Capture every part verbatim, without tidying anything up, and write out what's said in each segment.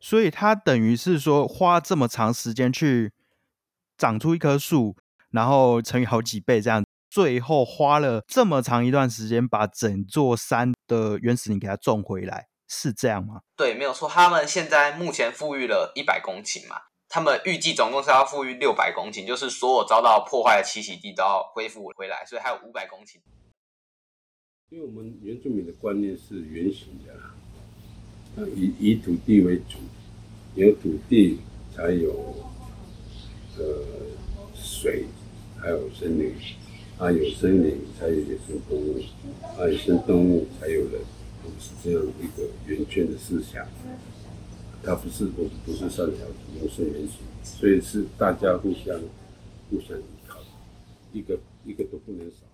所以它等于是说花这么长时间去长出一棵树，然后乘以好几倍这样，最后花了这么长一段时间把整座山的原始林给它种回来，是这样吗？ 对，没有错。他们现在目前富裕了一百公顷嘛，他们预计总共是要富裕六百公顷，就是所有遭到破坏的栖息地都要恢复回来，所以还有五百公顷。 因为我们原住民的观念是圆形的啦，以以土地为主，有土地才有呃水，还有森林，啊有森林才有野生动物，啊野生动物才有人，是这样一个圆圈的思想。它不是不不是三条形，不是圆形，所以是大家互相互相依靠，一个一个都不能少。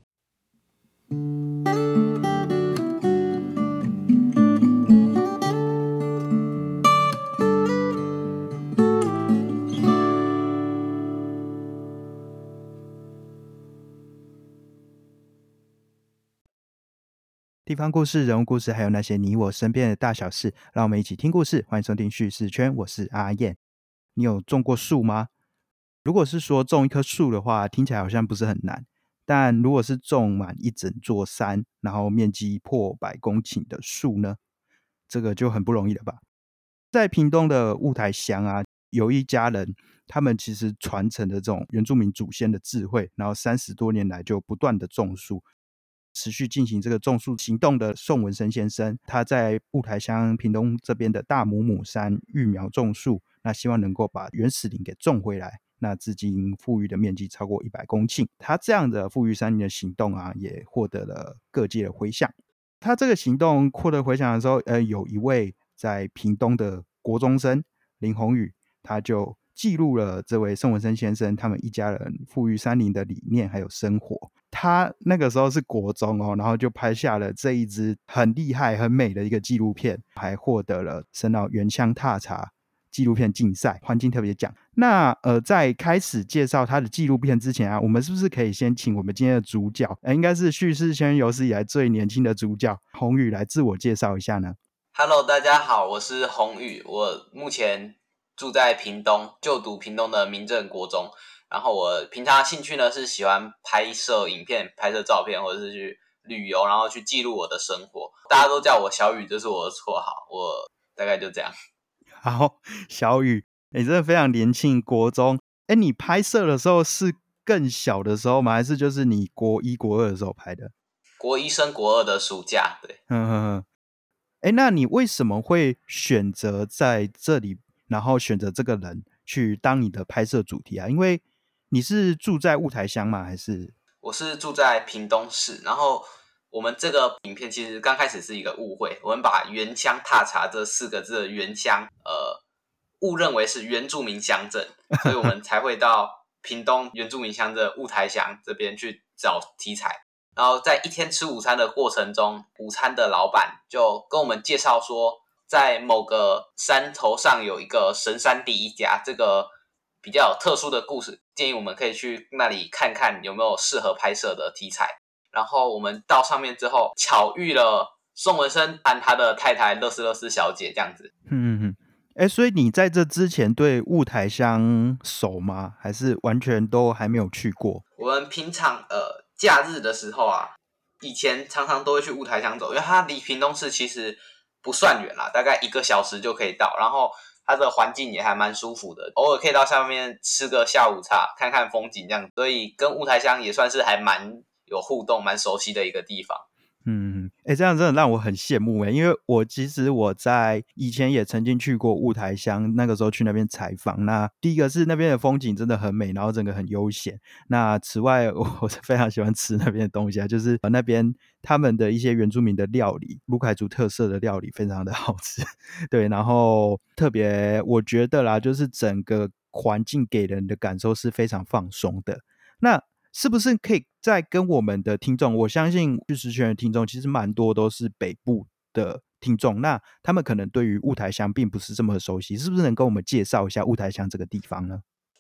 地方故事、人物故事，还有那些你我身边的大小事，让我们一起听故事。欢迎收听叙事圈，我是阿燕。你有种过树吗？如果是说种一棵树的话，听起来好像不是很难，但如果是种满一整座山，然后面积破百公顷的树呢，这个就很不容易了吧。在屏东的雾台乡啊，有一家人，他们其实传承的这种原住民祖先的智慧，然后三十多年来就不断的种树，持续进行这个种树行动的宋文生先生，他在雾台乡屏东这边的大母母山育苗种树，那希望能够把原始林给种回来。那至今富裕的面积超过一百公顷，他这样的富裕山林的行动啊，也获得了各界的回响。他这个行动获得回响的时候，呃，有一位在屏东的国中生林宏宇，他就记录了这位宋文生先生他们一家人富裕山林的理念还有生活。他那个时候是国中哦，然后就拍下了这一支很厉害很美的一个纪录片，还获得了深澳原乡踏查纪录片竞赛环境特别奖。那呃，在开始介绍他的纪录片之前啊，我们是不是可以先请我们今天的主角，呃、应该是叙事圈有史以来最年轻的主角宏宇来自我介绍一下呢？ Hello， 大家好，我是宏宇，我目前住在屏东，就读屏东的民政国中。然后我平常的兴趣呢是喜欢拍摄影片、拍摄照片，或者是去旅游，然后去记录我的生活。大家都叫我小宇，这是我的绰号，我大概就这样。 好，小宇，你真的非常年轻，国中。哎，你拍摄的时候是更小的时候吗？还是就是你国一、国二的时候拍的？ 国一升国二的暑假，对。 嗯哼哼。哎，那你为什么会选择在这里，然后选择这个人去当你的拍摄主题啊？因为你是住在雾台乡吗？还是？ 我是住在屏东市，然后我们这个影片其实刚开始是一个误会，我们把原乡踏查这四个字的原乡，呃，误认为是原住民乡镇，所以我们才会到屏东原住民乡镇雾台乡这边去找题材。然后在一天吃午餐的过程中，午餐的老板就跟我们介绍说，在某个山头上有一个神山第一家，这个比较有特殊的故事，建议我们可以去那里看看有没有适合拍摄的题材。然后我们到上面之后，巧遇了宋文生和他的太太乐斯乐斯小姐这样子。 嗯嗯嗯。哎，所以你在这之前对雾台乡熟吗？还是完全都还没有去过？ 我们平常呃假日的时候啊，以前常常都会去雾台乡走，因为它离屏东市其实不算远啦，大概一个小时就可以到。然后它的环境也还蛮舒服的，偶尔可以到下面吃个下午茶，看看风景这样，所以跟雾台乡也算是还蛮有互动、蛮熟悉的一个地方。 嗯，哎、欸，这样真的让我很羡慕哎、欸，因为我其实我在以前也曾经去过雾台乡，那个时候去那边采访。那第一个是那边的风景真的很美，然后整个很悠闲。那此外，我非常喜欢吃那边的东西啊，就是那边他们的一些原住民的料理，鲁凯族特色的料理非常的好吃。对，然后特别我觉得啦，就是整个环境给人的感受是非常放松的。那是不是可以再跟我们的听众，我相信叙事圈的听众其实蛮多都是北部的听众，那他们可能对于雾台乡并不是这么熟悉，是不是能跟我们介绍一下雾台乡这个地方呢？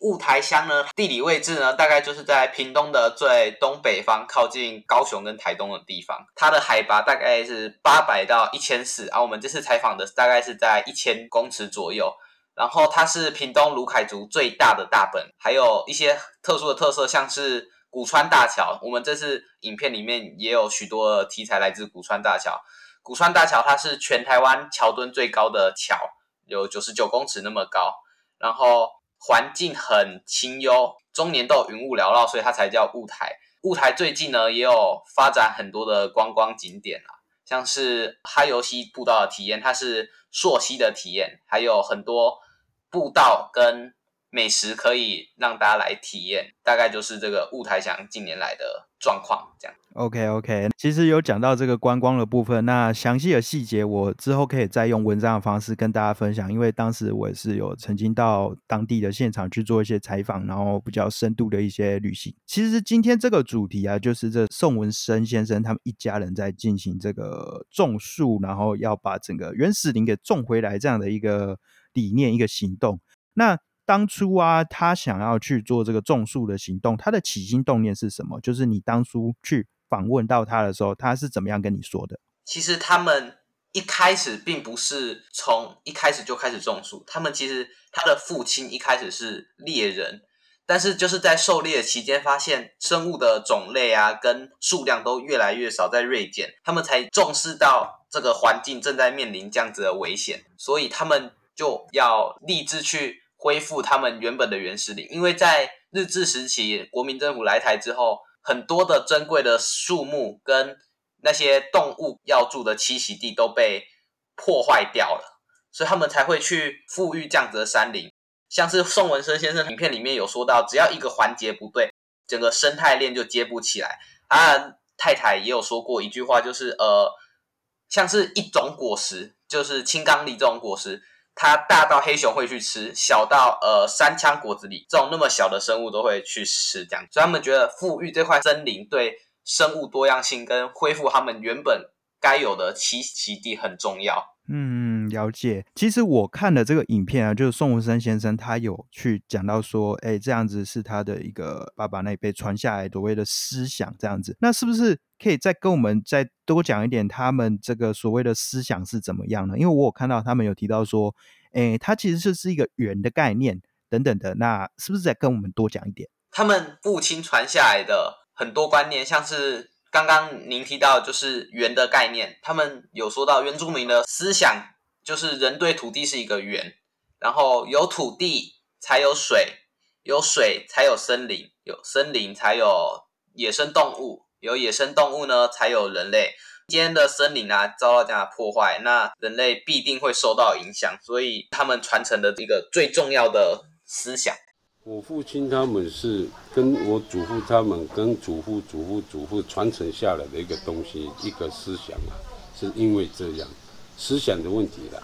雾台乡呢，地理位置呢，大概就是在屏东的最东北方，靠近高雄跟台东的地方。它的海拔大概是八百到一千四百，啊，我们这次采访的大概是在一千公尺左右。然后它是屏东鲁凯族最大的大本，还有一些特殊的特色，像是古川大桥。我们这次影片里面也有许多题材来自古川大桥。古川大桥它是全台湾桥墩最高的桥，有九十九公尺那么高，然后环境很清幽，终年都有云雾缭绕，所以它才叫雾台。雾台最近呢也有发展很多的观光景点啊，像是哈游溪步道的体验，它是溯溪的体验，还有很多步道跟美食可以让大家来体验，大概就是这个雾台乡近年来的状况这样。 OK OK， 其实有讲到这个观光的部分，那详细的细节我之后可以再用文章的方式跟大家分享，因为当时我也是有曾经到当地的现场去做一些采访，然后比较深度的一些旅行。其实今天这个主题啊，就是这宋文生先生他们一家人在进行这个种树，然后要把整个原始林给种回来这样的一个理念，一个行动。那当初啊，他想要去做这个种树的行动，他的起心动念是什么？就是你当初去访问到他的时候，他是怎么样跟你说的？ 其实他们一开始并不是从一开始就开始种树，他们其实他的父亲一开始是猎人，但是就是在狩猎期间发现生物的种类啊跟数量都越来越少，在锐减，他们才重视到这个环境正在面临这样子的危险，所以他们就要立志去恢复他们原本的原始林。因为在日治时期国民政府来台之后，很多的珍贵的树木跟那些动物要住的栖息地都被破坏掉了，所以他们才会去富裕这样子的山林。像是宋文生先生影片里面有说到，只要一个环节不对，整个生态链就接不起来。他太太也有说过一句话，就是呃，像是一种果实，就是青冈栎这种果实，它大到黑熊会去吃，小到呃山羌果子狸这种那么小的生物都会去吃，这样，所以他们觉得富裕这块森林对生物多样性跟恢复他们原本该有的栖息地很重要。 嗯，了解。其实我看的这个影片啊，就是宋文生先生他有去讲到说，哎，这样子是他的一个爸爸那一辈传下来所谓的思想这样子。那是不是可以再跟我们再多讲一点他们这个所谓的思想是怎么样呢？因为我有看到他们有提到说，哎，它其实就是一个圆的概念等等的，那是不是再跟我们多讲一点？ 他们父亲传下来的很多观念，像是刚刚您提到就是圆的概念，他们有说到原住民的思想就是人对土地是一个圆，然后有土地才有水，有水才有森林，有森林才有野生动物，有野生动物呢才有人类。今天的森林啊遭到这样的破坏，那人类必定会受到影响，所以他们传承的一个最重要的思想。 我父亲他们是跟我祖父他们跟祖父祖父祖父传承下来的一个东西，一个思想啊，是因为这样思想的问题啦。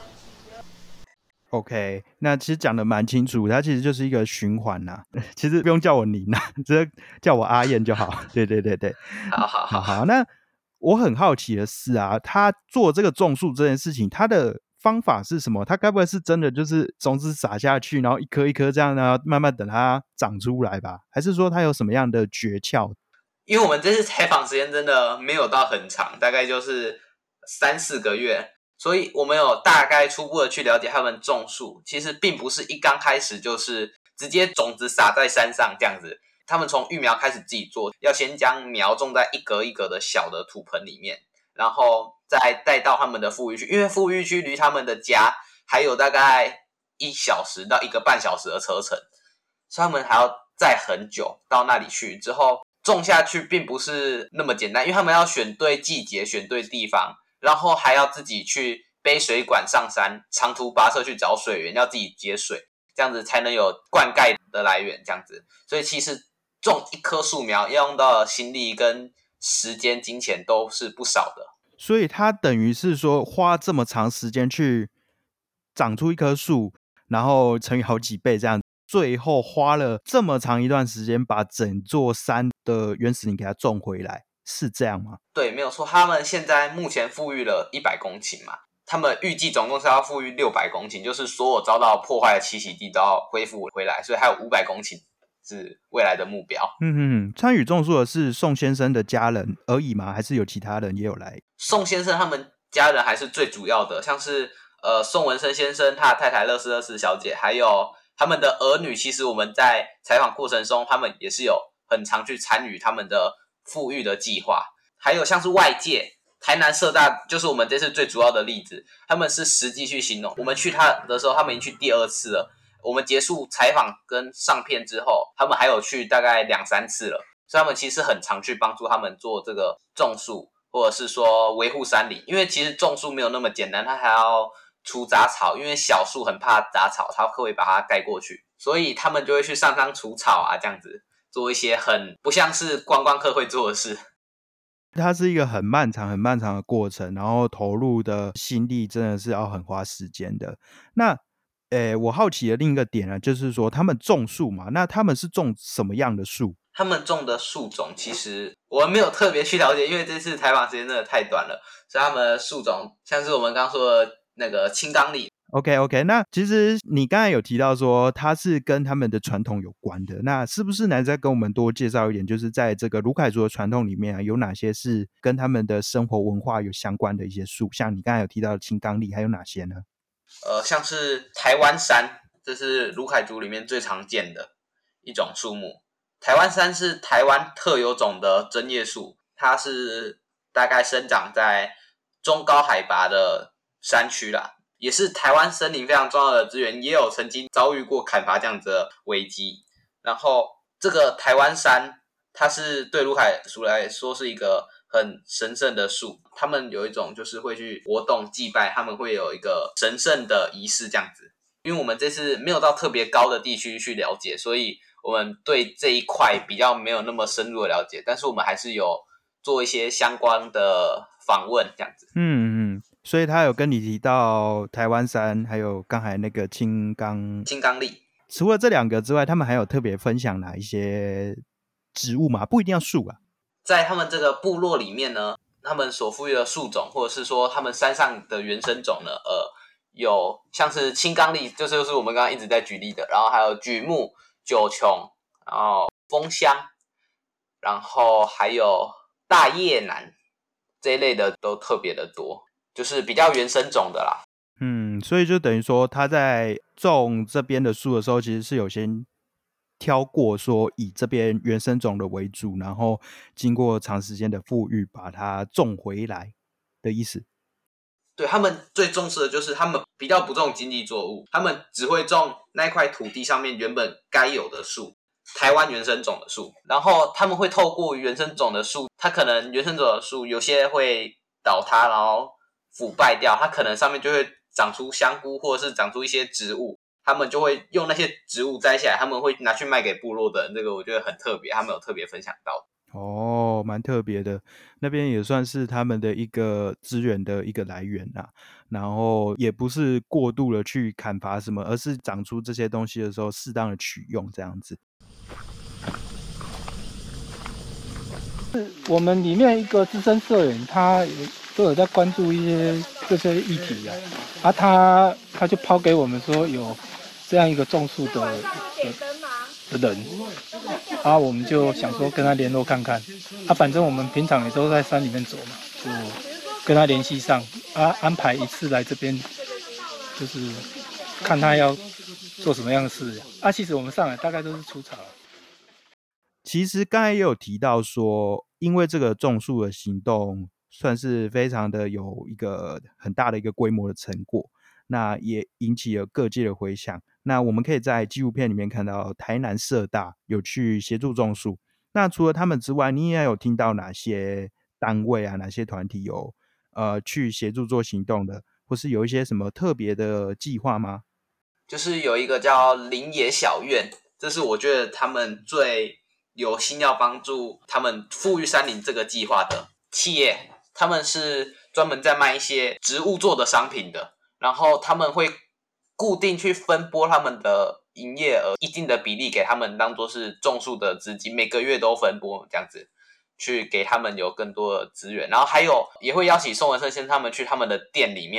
OK， 那其实讲的蛮清楚，它其实就是一个循环啦。其实不用叫我您啦，直接叫我阿燕就好。对对对对， 好好好好好。那我很好奇的是啊，他做这个种树这件事情，他的方法是什么？他该不会是真的就是种子撒下去，然后一颗一颗这样呢，慢慢等它长出来吧？还是说他有什么样的诀窍？ 因为我们这次采访时间真的没有到很长，大概就是三四个月，所以我们有大概初步的去了解他们种树，其实并不是一刚开始就是直接种子撒在山上这样子，他们从育苗开始自己做，要先将苗种在一格一格的小的土盆里面，然后再带到他们的富裕区，因为富裕区离他们的家还有大概一小时到一个半小时的车程，所以他们还要载很久到那里去，之后种下去并不是那么简单，因为他们要选对季节，选对地方，然后还要自己去背水管上山，长途跋涉去找水源，要自己接水，这样子才能有灌溉的来源，这样子。所以其实种一棵树苗要用到的心力跟时间、金钱都是不少的。 所以它等于是说花这么长时间去长出一棵树，然后乘以好几倍这样，最后花了这么长一段时间把整座山的原始林给它种回来，是这样吗？ 对，没有错。他们现在目前富裕了一百公顷嘛， 他们预计总共是要富裕六百公顷，就是所有遭到破坏的栖息地都要恢复回来，所以还有五百公顷是未来的目标。 嗯哼，参与种树的是宋先生的家人而已吗？还是有其他人也有来？ 宋先生他们家人还是最主要的，像是呃宋文生先生他的太太乐丝乐丝小姐，还有他们的儿女，其实我们在采访过程中，他们也是有很常去参与他们的富裕的计划。还有像是外界，台南社大就是我们这次最主要的例子，他们是实际去行动。我们去他的时候，他们已经去第二次了。我们结束采访跟上片之后，他们还有去大概两三次了，所以他们其实很常去帮助他们做这个种树，或者是说维护山林。因为其实种树没有那么简单，它还要除杂草，因为小树很怕杂草，它会把它盖过去，所以他们就会去上山除草啊，这样子做一些很不像是观光客会做的事。 它是一个很漫长很漫长的过程，然后投入的心力真的是要很花时间的。那诶，我好奇的另一个点呢，就是说他们种树嘛，那他们是种什么样的树？ 他们种的树种其实我们没有特别去了解，因为这次采访时间真的太短了，所以他们的树种像是我们刚刚说的那个青冈栎。 OK OK， 那其实你刚才有提到说它是跟他们的传统有关的，那是不是能再跟我们多介绍一点，就是在这个鲁凯族的传统里面啊，有哪些是跟他们的生活文化有相关的一些树？像你刚才有提到的青冈栎，还有哪些呢？ 呃，像是台湾杉，这是鲁凯族里面最常见的一种树木。台湾杉是台湾特有种的针叶树，它是大概生长在中高海拔的山区啦，也是台湾森林非常重要的资源，也有曾经遭遇过砍伐这样子的危机。然后这个台湾杉，它是对鲁凯族来说是一个很神圣的树，他们有一种就是会去活动祭拜，他们会有一个神圣的仪式这样子。因为我们这次没有到特别高的地区去了解，所以我们对这一块比较没有那么深入的了解，但是我们还是有做一些相关的访问这样子。 嗯嗯，所以他有跟你提到台湾杉，还有刚才那个青冈青冈栎。 除了这两个之外，他们还有特别分享哪一些植物吗？不一定要树啊。 在他们这个部落里面呢，他们所富裕的树种，或者是说他们山上的原生种呢，呃，有像是青冈栎，这就是我们刚刚一直在举例的，然后还有榉木、九琼，然后枫香，然后还有大叶楠这一类的都特别的多，就是比较原生种的啦。 嗯，所以就等于说他在种这边的树的时候，其实是有先挑过说以这边原生种的为主，然后经过长时间的富裕把它种回来的意思。 对，他们最重视的就是他们比较不种经济作物，他们只会种那块土地上面原本该有的树，台湾原生种的树。然后他们会透过原生种的树，它可能原生种的树有些会倒塌，然后腐败掉，它可能上面就会长出香菇或者是长出一些植物，他们就会用那些植物摘下来，他们会拿去卖给部落的人，这个我觉得很特别，他们有特别分享到。 哦，蛮特别的，那边也算是他们的一个资源的一个来源啊，然后也不是过度的去砍伐什么，而是长出这些东西的时候适当的取用这样子。 我们里面一个资深社员，他都有在关注一些这些议题啊，啊他他就抛给我们说有这样一个种树的的的人，啊我们就想说跟他联络看看，啊反正我们平常也都在山里面走嘛，就跟他联系上，啊安排一次来这边，就是看他要做什么样的事，啊其实我们上来大概都是除草。 其实刚才也有提到说，因为这个种树的行动算是非常的有一个很大的一个规模的成果，那也引起了各界的回响。那我们可以在纪录片里面看到台南社大有去协助种树，那除了他们之外，你也有听到哪些单位啊，哪些团体有呃去协助做行动的，或是有一些什么特别的计划吗？ 就是有一个叫林野小院，这是我觉得他们最有心要帮助他们富裕山林这个计划的企业，他们是专门在卖一些植物做的商品的，然后他们会固定去分拨他们的营业额一定的比例给他们当作是种树的资金，每个月都分拨这样子，去给他们有更多的资源。然后还有也会邀请宋文生先生他们去他们的店里面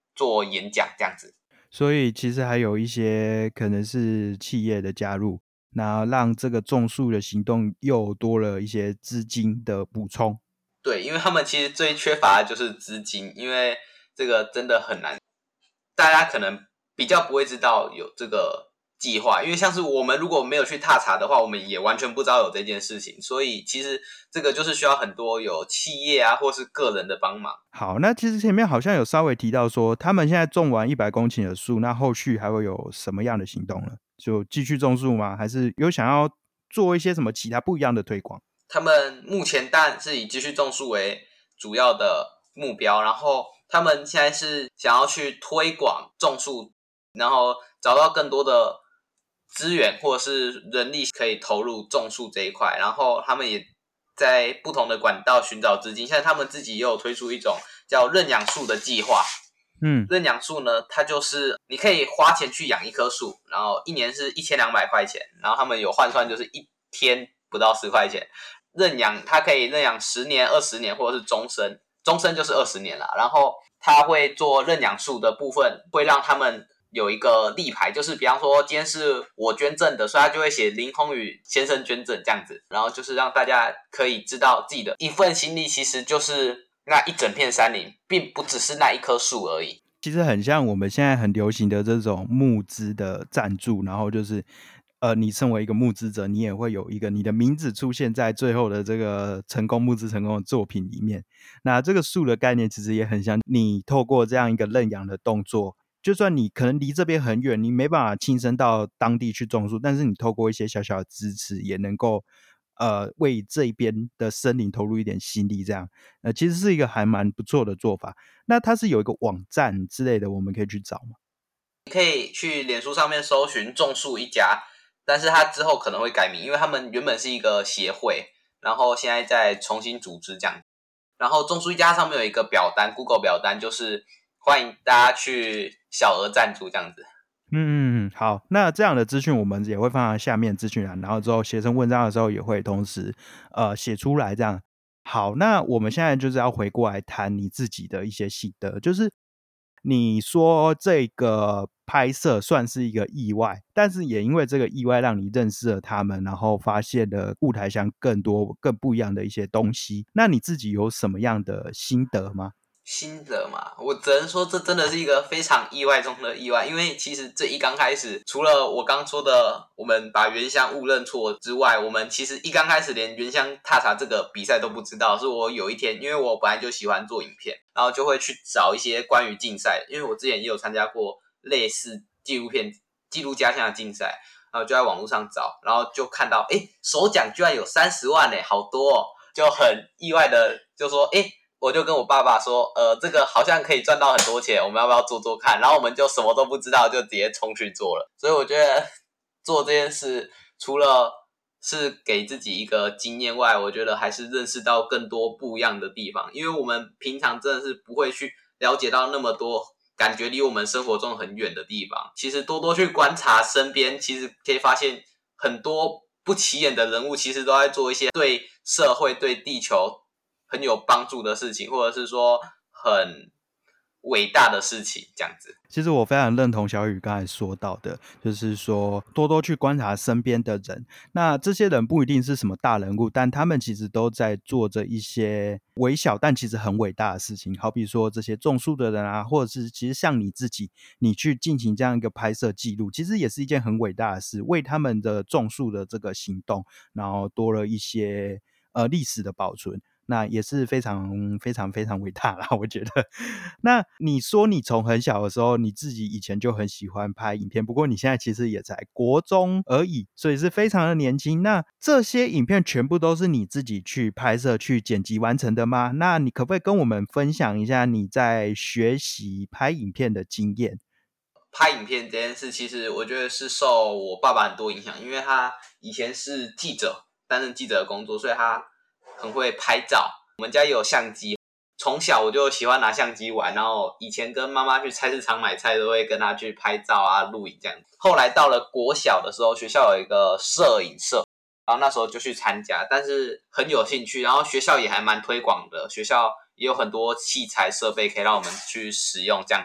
做演讲这样子。 所以其实还有一些可能是企业的加入，那让这个种树的行动又多了一些资金的补充。 对，因为他们其实最缺乏的就是资金，因为这个真的很难，大家可能比较不会知道有这个计划，因为像是我们如果没有去踏查的话，我们也完全不知道有这件事情，所以其实这个就是需要很多有企业啊或是个人的帮忙。 好，那其实前面好像有稍微提到说，他们现在种完一百公顷的树，那后续还会有什么样的行动呢？就继续种树吗？还是有想要做一些什么其他不一样的推广？ 他们目前当然是以继续种树为主要的目标，然后他们现在是想要去推广种树，然后找到更多的资源或者是人力可以投入种树这一块，然后他们也在不同的管道寻找资金。现在他们自己也有推出一种叫认养树的计划。 嗯， 认养树呢，它就是你可以花钱去养一棵树，然后一年是一千两百块钱，然后他们有换算就是一天不到十块钱。认养它可以认养十年、二十年或者是终身，终身就是二十年啦。然后他会做认养树的部分，会让他们有一个立牌，就是比方说今天是我捐赠的，所以他就会写林宏宇先生捐赠这样子，然后就是让大家可以知道自己的一份心力其实就是那一整片山林，并不只是那一棵树而已。 其实很像我们现在很流行的这种募资的赞助，然后就是呃，你身为一个募资者，你也会有一个你的名字出现在最后的这个成功募资成功的作品里面。那这个树的概念其实也很像，你透过这样一个认养的动作，就算你可能离这边很远，你没办法亲身到当地去种树，但是你透过一些小小的支持，也能够呃为这边的森林投入一点心力，这样呃其实是一个还蛮不错的做法。那它是有一个网站之类的，我们可以去找吗？ 你可以去脸书上面搜寻种树一家，但是它之后可能会改名，因为他们原本是一个协会，然后现在在重新组织这样。然后种树一家上面有一个表单 ，Google 表单，就是欢迎大家去小额赞助这样子。 嗯嗯嗯，好，那这样的资讯我们也会放在下面资讯栏，然后之后写成文章的时候也会同时呃写出来这样。好，那我们现在就是要回过来谈你自己的一些心得，就是你说这个拍摄算是一个意外，但是也因为这个意外让你认识了他们，然后发现了雾台乡更多更不一样的一些东西。那你自己有什么样的心得吗？ 心得嘛，我只能说这真的是一个非常意外中的意外，因为其实这一刚开始，除了我刚说的我们把原乡误认错之外，我们其实一刚开始连原乡踏查这个比赛都不知道。是我有一天，因为我本来就喜欢做影片，然后就会去找一些关于竞赛，因为我之前也有参加过类似纪录片记录家乡的竞赛，然后就在网络上找，然后就看到哎，首奖居然有三十万耶，好多哦，就很意外的就说哎。我就跟我爸爸说，呃，这个好像可以赚到很多钱，我们要不要做做看？然后我们就什么都不知道，就直接冲去做了。所以我觉得做这件事，除了是给自己一个经验外，我觉得还是认识到更多不一样的地方。因为我们平常真的是不会去了解到那么多感觉离我们生活中很远的地方。其实多多去观察身边，其实可以发现很多不起眼的人物，其实都在做一些对社会、对地球很有帮助的事情，或者是说很伟大的事情，这样子。 其实我非常认同小雨刚才说到的，就是说多多去观察身边的人。那这些人不一定是什么大人物，但他们其实都在做着一些微小但其实很伟大的事情。好比说这些种树的人啊，或者是其实像你自己，你去进行这样一个拍摄记录，其实也是一件很伟大的事，为他们的种树的这个行动，然后多了一些呃历史的保存。那也是非常非常非常伟大啦，我觉得。那你说你从很小的时候，你自己以前就很喜欢拍影片，不过你现在其实也才国中而已，所以是非常的年轻。那这些影片全部都是你自己去拍摄、去剪辑完成的吗？那你可不可以跟我们分享一下你在学习拍影片的经验？ 拍影片这件事，其实我觉得是受我爸爸很多影响，因为他以前是记者，担任记者的工作，所以他很会拍照。我们家也有相机，从小我就喜欢拿相机玩，然后以前跟妈妈去菜市场买菜都会跟她去拍照啊、录影这样。后来到了国小的时候，学校有一个摄影社，然后那时候就去参加，但是很有兴趣，然后学校也还蛮推广的，学校也有很多器材设备可以让我们去使用这样子，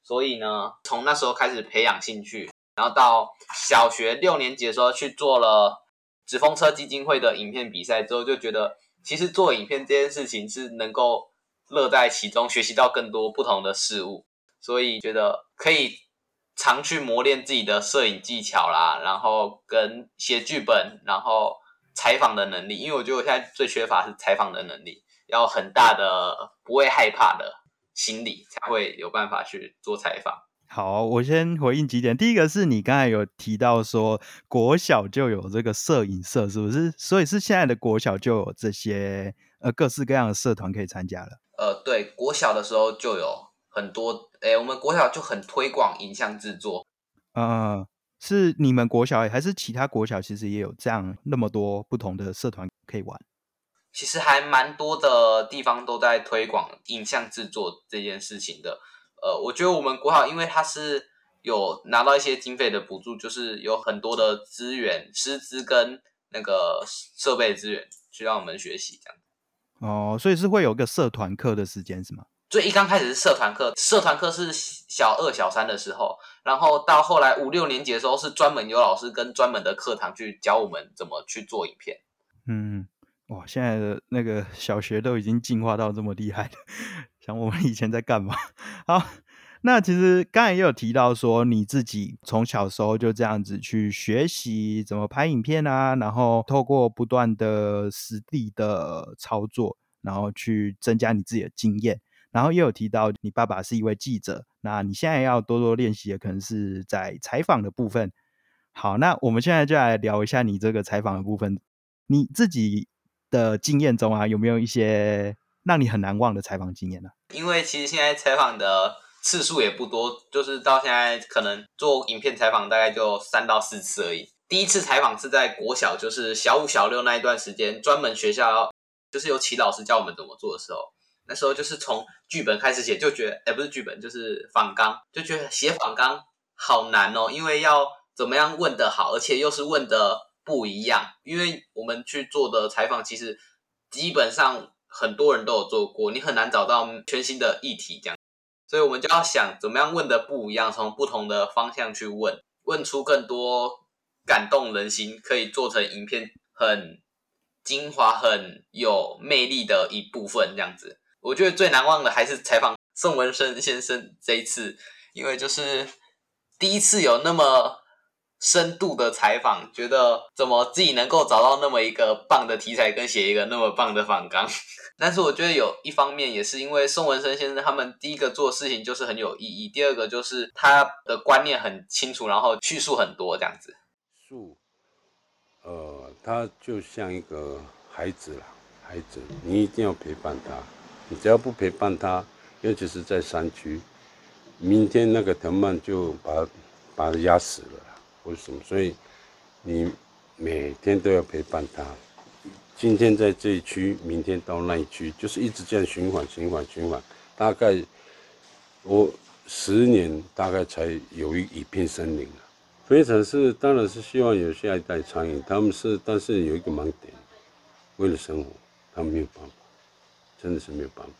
所以呢，从那时候开始培养兴趣，然后到小学六年级的时候去做了纸风车基金会的影片比赛之后，就觉得其实做影片这件事情是能够乐在其中，学习到更多不同的事物，所以觉得可以常去磨练自己的摄影技巧啦，然后跟写剧本，然后采访的能力，因为我觉得我现在最缺乏是采访的能力，要很大的不会害怕的心理才会有办法去做采访。 好，我先回应几点。第一个是你刚才有提到说国小就有这个摄影社，是不是？所以是现在的国小就有这些呃各式各样的社团可以参加了。 呃，对，国小的时候就有很多，诶，我们国小就很推广影像制作。 呃，是你们国小还是其他国小其实也有这样那么多不同的社团可以玩？ 其实还蛮多的地方都在推广影像制作这件事情的。呃，我觉得我们国小因为它是有拿到一些经费的补助，就是有很多的资源、师资跟那个设备资源去让我们学习这样。 哦，所以是会有个社团课的时间是吗？ 最一刚开始是社团课，社团课是小二、小三的时候，然后到后来五六年级的时候是专门有老师跟专门的课堂去教我们怎么去做影片。 嗯，哇，现在的那个小学都已经进化到这么厉害了，想我们以前在干嘛？好，那其实刚才也有提到说你自己从小时候就这样子去学习怎么拍影片啊，然后透过不断的实地的操作，然后去增加你自己的经验。然后也有提到你爸爸是一位记者，那你现在要多多练习的可能是在采访的部分。好，那我们现在就来聊一下你这个采访的部分。你自己的经验中啊，有没有一些让你很难忘的采访经验呢？ 因为其实现在采访的次数也不多，就是到现在可能做影片采访大概就三到四次而已。第一次采访是在国小，就是小五小六那一段时间，专门学校就是有齐老师教我们怎么做的时候，那时候就是从剧本开始写，就觉得哎，不是剧本，就是访纲，就觉得写访纲好难哦，因为要怎么样问得好，而且又是问的不一样。因为我们去做的采访，其实基本上很多人都有做过，你很难找到全新的议题这样，所以我们就要想怎么样问的不一样，从不同的方向去问，问出更多感动人心，可以做成影片很精华、很有魅力的一部分这样子。我觉得最难忘的还是采访宋文生先生这一次，因为就是第一次有那么深度的采访，觉得怎么自己能够找到那么一个棒的题材跟写一个那么棒的访纲。但是我觉得有一方面也是因为宋文生先生他们第一个做的事情就是很有意义，第二个就是他的观念很清楚，然后叙述很多这样子。 树，呃，他就像一个孩子啦，孩子，你一定要陪伴他，你只要不陪伴他，尤其是在山区，明天那个藤蔓就把它把它压死了啦，或者什么，所以你每天都要陪伴他。今天在这一区，明天到那一区，就是一直这样循环、循环、循环。大概我十年，大概才有一一片森林了。非常是，当然是希望有下一代参与，他们是，但是有一个盲点，为了生活，他们没有办法，真的是没有办法。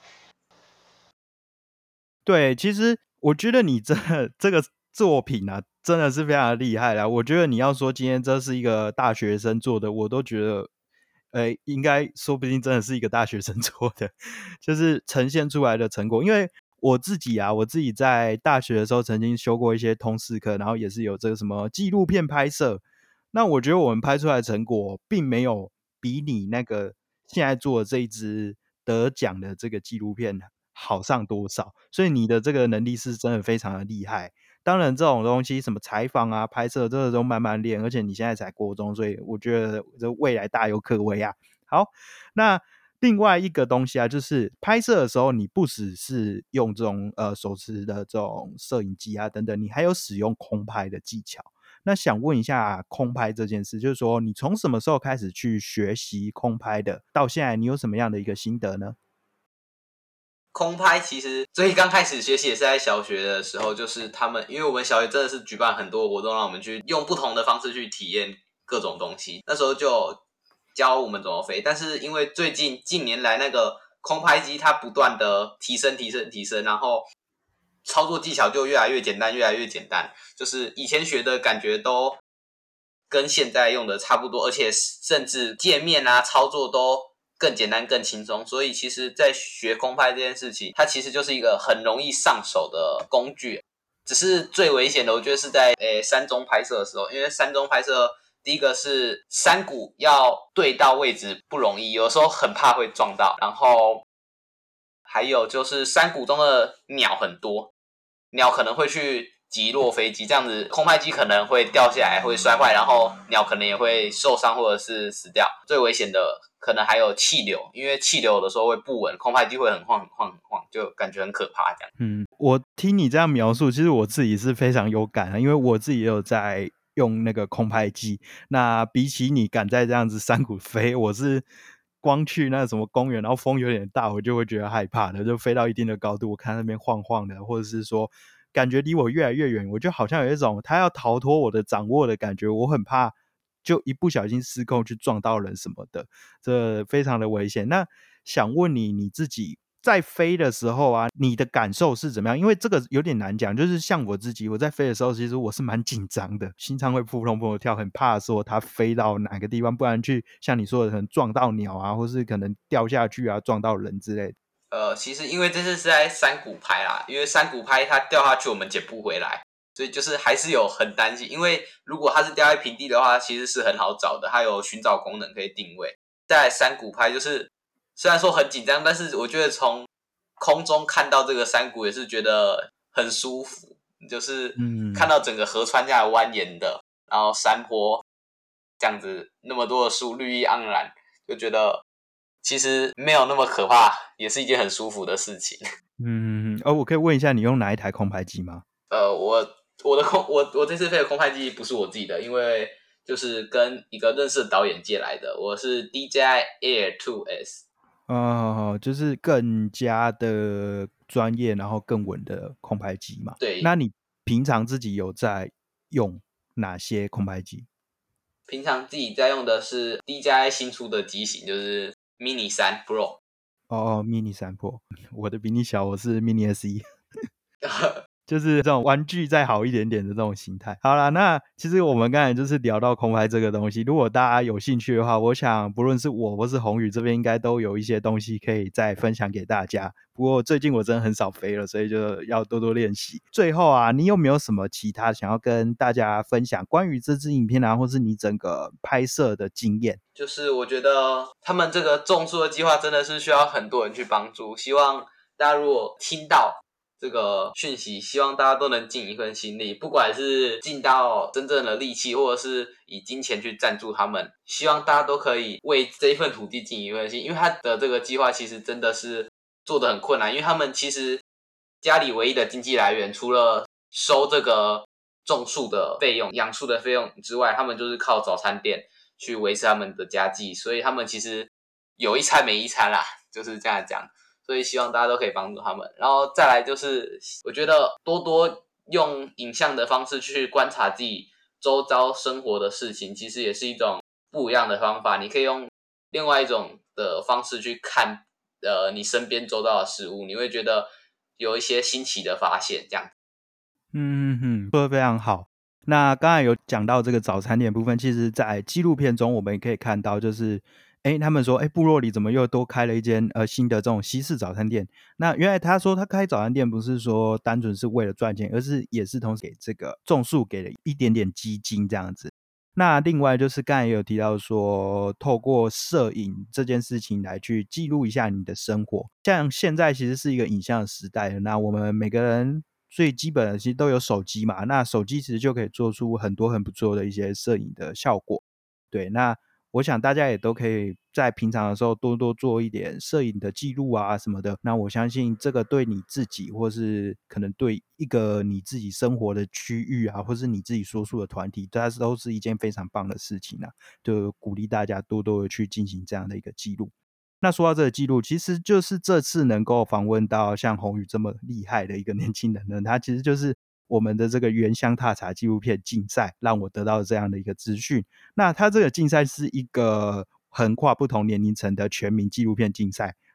对，其实我觉得你这这个作品啊，真的是非常的厉害啦。我觉得你要说今天这是一个大学生做的，我都觉得，呃，应该说不定真的是一个大学生做的，就是呈现出来的成果。因为我自己啊，我自己在大学的时候曾经修过一些通识课，然后也是有这个什么纪录片拍摄。那我觉得我们拍出来的成果，并没有比你那个现在做的这一支得奖的这个纪录片好上多少，所以你的这个能力是真的非常的厉害。当然这种东西什么采访啊拍摄这个都慢慢练，而且你现在才国中，所以我觉得这未来大有可为啊。好，那另外一个东西啊，就是拍摄的时候你不只是用这种呃手持的这种摄影机啊等等，你还有使用空拍的技巧。那想问一下空拍这件事，就是说你从什么时候开始去学习空拍的，到现在你有什么样的一个心得呢？ 空拍其实最刚开始学习也是在小学的时候，就是他们因为我们小学真的是举办很多活动，让我们去用不同的方式去体验各种东西，那时候就教我们怎么飞。但是因为最近近年来那个空拍机它不断的提升提升提升，然后操作技巧就越来越简单，越来越简单。就是以前学的感觉都跟现在用的差不多，而且甚至界面啊、操作都更简单、更轻松。所以其实在学空拍这件事情，它其实就是一个很容易上手的工具。只是最危险的，我觉得是在诶山中拍摄的时候，因为山中拍摄第一个是山谷要对到位置不容易，有时候很怕会撞到，然后还有就是山谷中的鸟很多，鸟可能会去击落飞机，这样子空拍机可能会掉下来，会摔坏，然后鸟可能也会受伤或者是死掉。最危险的可能还有气流，因为气流有的时候会不稳，空拍机会很晃很晃很晃，就感觉很可怕这样。 嗯，我听你这样描述，其实我自己是非常有感的，因为我自己也有在用那个空拍机。那比起你敢在这样子山谷飞，我是光去那什么公园，然后风有点大，我就会觉得害怕的，就飞到一定的高度，我看那边晃晃的，或者是说感觉离我越来越远，我就好像有一种他要逃脱我的掌握的感觉，我很怕就一不小心失控去撞到人什么的，这非常的危险。那想问你，你自己在飞的时候啊，你的感受是怎么样？因为这个有点难讲，就是像我自己，我在飞的时候，其实我是蛮紧张的，心脏会扑通扑通跳，很怕说它飞到哪个地方，不然去像你说的，可能撞到鸟啊，或是可能掉下去啊，撞到人之类的。 呃，其实因为这次是在山谷拍啦，因为山谷拍它掉下去我们捡不回来，所以就是还是有很担心。因为如果它是掉在平地的话，其实是很好找的，它有寻找功能可以定位。在山谷拍就是虽然说很紧张，但是我觉得从空中看到这个山谷也是觉得很舒服，就是看到整个河川这样蜿蜒的，然后山坡这样子那么多的树绿意盎然，就觉得其实没有那么可怕，也是一件很舒服的事情。 嗯，哦，我可以问一下你用哪一台空拍机吗？ 呃，我我的空我我这次飞的空拍机不是我自己的，因为就是跟一个认识的导演借来的，我是 D J I Air 二 S。 哦，就是更加的专业，然后更稳的空拍机嘛。 对， 那你平常自己有在用哪些空拍机？ 平常自己在用的是 D J I 新出的机型，就是 Mini 三 Pro。 哦 ，Mini 三 Pro，我的比你小，我是 Mini S E。就是这种玩具再好一点点的这种形态。好啦，那其实我们刚才就是聊到空拍这个东西，如果大家有兴趣的话，我想不论是我或是宏宇这边应该都有一些东西可以再分享给大家。不过最近我真的很少飞了，所以就要多多练习。最后啊，你有没有什么其他想要跟大家分享关于这支影片啊，或是你整个拍摄的经验？ 就是我觉得他们这个种树的计划真的是需要很多人去帮助，希望大家如果听到这个讯息，希望大家都能尽一份心力，不管是尽到真正的力气，或者是以金钱去赞助他们，希望大家都可以为这一份土地尽一份心，因为他的这个计划其实真的是做得很困难，因为他们其实家里唯一的经济来源，除了收这个种树的费用、养树的费用之外，他们就是靠早餐店去维持他们的家计，所以他们其实有一餐没一餐啦，就是这样讲。所以希望大家都可以帮助他们，然后再来就是我觉得多多用影像的方式去观察自己周遭生活的事情，其实也是一种不一样的方法。你可以用另外一种的方式去看呃你身边周遭的事物，你会觉得有一些新奇的发现这样。 嗯哼，说得非常好。那刚才有讲到这个早餐店部分，其实在纪录片中我们也可以看到，就是诶他们说诶部落里怎么又多开了一间呃新的这种西式早餐店。那原来他说他开早餐店不是说单纯是为了赚钱，而是也是同时给这个种树给了一点点基金这样子。那另外就是刚才也有提到说透过摄影这件事情来去记录一下你的生活，像现在其实是一个影像的时代，那我们每个人最基本的其实都有手机嘛，那手机其实就可以做出很多很不错的一些摄影的效果。对，那我想大家也都可以在平常的时候多多做一点摄影的记录啊什么的，那我相信这个对你自己或是可能对一个你自己生活的区域啊，或是你自己说书的团体，它都是一件非常棒的事情啊，就鼓励大家多多的去进行这样的一个记录。那说到这个记录，其实就是这次能够访问到像宏宇这么厉害的一个年轻人呢，他其实就是我们的这个原乡踏查纪录片竞赛让我得到这样的一个资讯。那他这个竞赛是一个横跨不同年龄层的全民纪录片竞赛，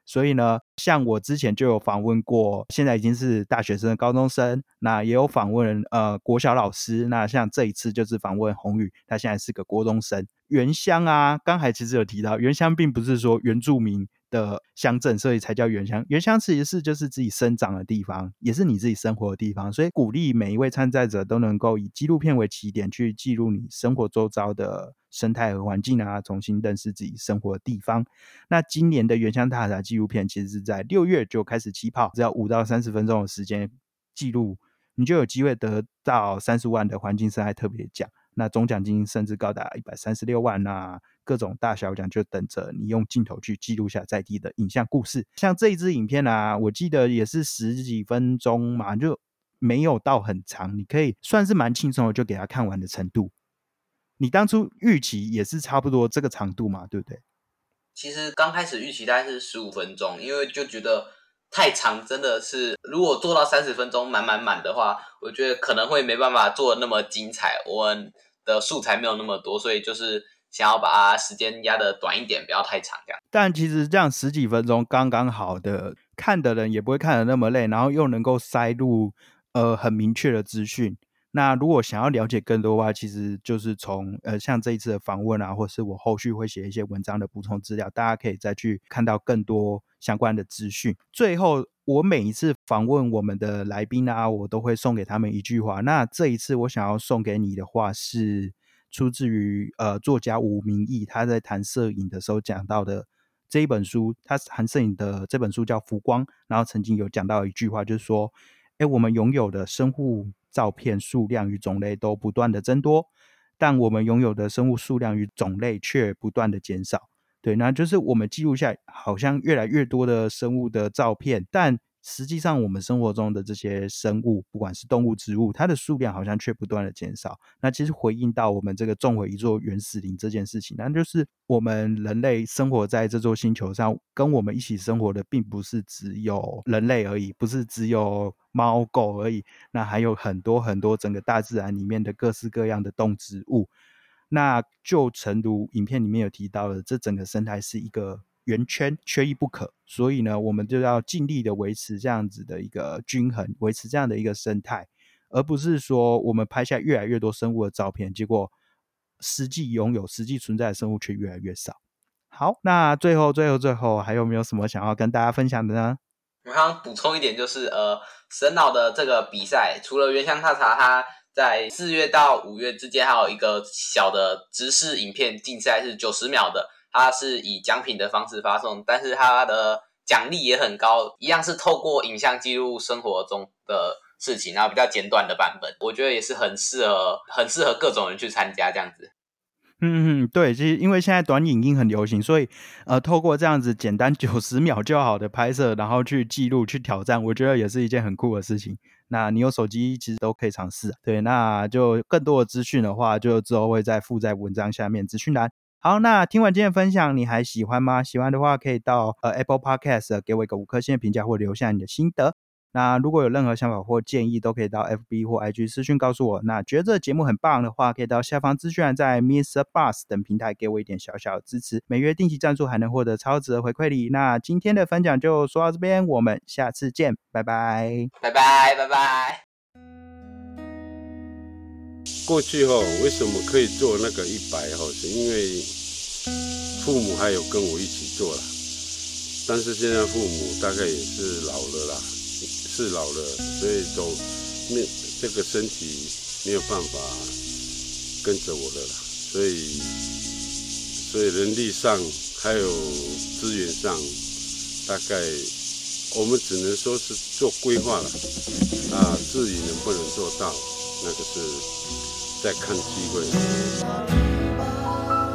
所以呢，像我之前就有访问过现在已经是大学生的高中生，那也有访问呃国小老师，那像这一次就是访问宏宇，他现在是个国中生。原乡啊，刚才其实有提到，原乡并不是说原住民的乡镇所以才叫原乡，原乡其实是就是自己生长的地方，也是你自己生活的地方，所以鼓励每一位参赛者都能够以纪录片为起点去记录你生活周遭的生态和环境啊，重新认识自己生活的地方。那今年的原乡踏查纪录片其实是在六月就开始起跑，只要五到三十分钟的时间记录，你就有机会得到三十万的环境生态特别奖，那总奖金甚至高达一百三十六万啊，各种大小奖就等着你用镜头去记录下在地的影像故事。像这一支影片啊，我记得也是十几分钟嘛，就没有到很长，你可以算是蛮轻松的就给它看完的程度。你当初预期也是差不多这个长度嘛，对不对？ 其实刚开始预期大概是十五分钟，因为就觉得太长，真的是如果做到三十分钟满满满的话，我觉得可能会没办法做得那么精彩，我们的素材没有那么多，所以就是想要把它时间压得短一点，不要太长这样。 但其实这样十几分钟刚刚好的，看的人也不会看得那么累，然后又能够塞入呃很明确的资讯。那如果想要了解更多的话，其实就是从呃像这一次的访问啊，或是我后续会写一些文章的补充资料，大家可以再去看到更多相关的资讯。最后我每一次访问我们的来宾啊，我都会送给他们一句话，那这一次我想要送给你的话是出自于呃作家吴明义，他在谈摄影的时候讲到的这一本书，他谈摄影的这本书叫《浮光》，然后曾经有讲到一句话，就是说诶我们拥有的生物照片数量与种类都不断的增多，但我们拥有的生物数量与种类却不断的减少。对，那就是我们记录下来好像越来越多的生物的照片，但实际上我们生活中的这些生物，不管是动物植物，它的数量好像却不断的减少。那其实回应到我们这个种回一座原始林这件事情，那就是我们人类生活在这座星球上，跟我们一起生活的并不是只有人类而已，不是只有猫狗而已，那还有很多很多整个大自然里面的各式各样的动植物。那就诚如影片里面有提到的，这整个生态是一个圆圈，缺一不可，所以呢我们就要尽力的维持这样子的一个均衡，维持这样的一个生态，而不是说我们拍下越来越多生物的照片，结果实际拥有实际存在的生物却越来越少。好，那最后最后最后还有没有什么想要跟大家分享的呢？ 我想补充一点，就是呃神脑的这个比赛，除了原乡踏查，它在四月到五月之间还有一个小的直视影片竞赛，是九十秒的，它是以奖品的方式发送，但是它的奖励也很高，一样是透过影像记录生活中的事情，然后比较简短的版本，我觉得也是很适合很适合各种人去参加这样子。 嗯嗯，对，其实因为现在短影音很流行，所以呃，透过这样子简单九十秒就好的拍摄，然后去记录、去挑战，我觉得也是一件很酷的事情。那你有手机其实都可以尝试。对，那就更多的资讯的话，就之后会再附在文章下面资讯栏。好，那听完今天的分享，你还喜欢吗？喜欢的话，可以到呃 Apple Podcast 给我一个五颗星的评价，或留下你的心得。那如果有任何想法或建议，都可以到 F B 或 I G 私讯告诉我。那觉得这个节目很棒的话，可以到下方资讯栏在 Mister Bus 等平台给我一点小小的支持，每月定期赞助还能获得超值的回馈礼。那今天的分享就说到这边，我们下次见，拜拜， 拜拜，拜拜。 过去哈、哦，为什么可以做那个一百哈？是因为父母还有跟我一起做啦，但是现在父母大概也是老了啦。是老了，所以走那这个身体没有办法跟着我了啦，所以所以人力上还有资源上，大概我们只能说是做规划了啊，至于能不能做到，那个是再看机会。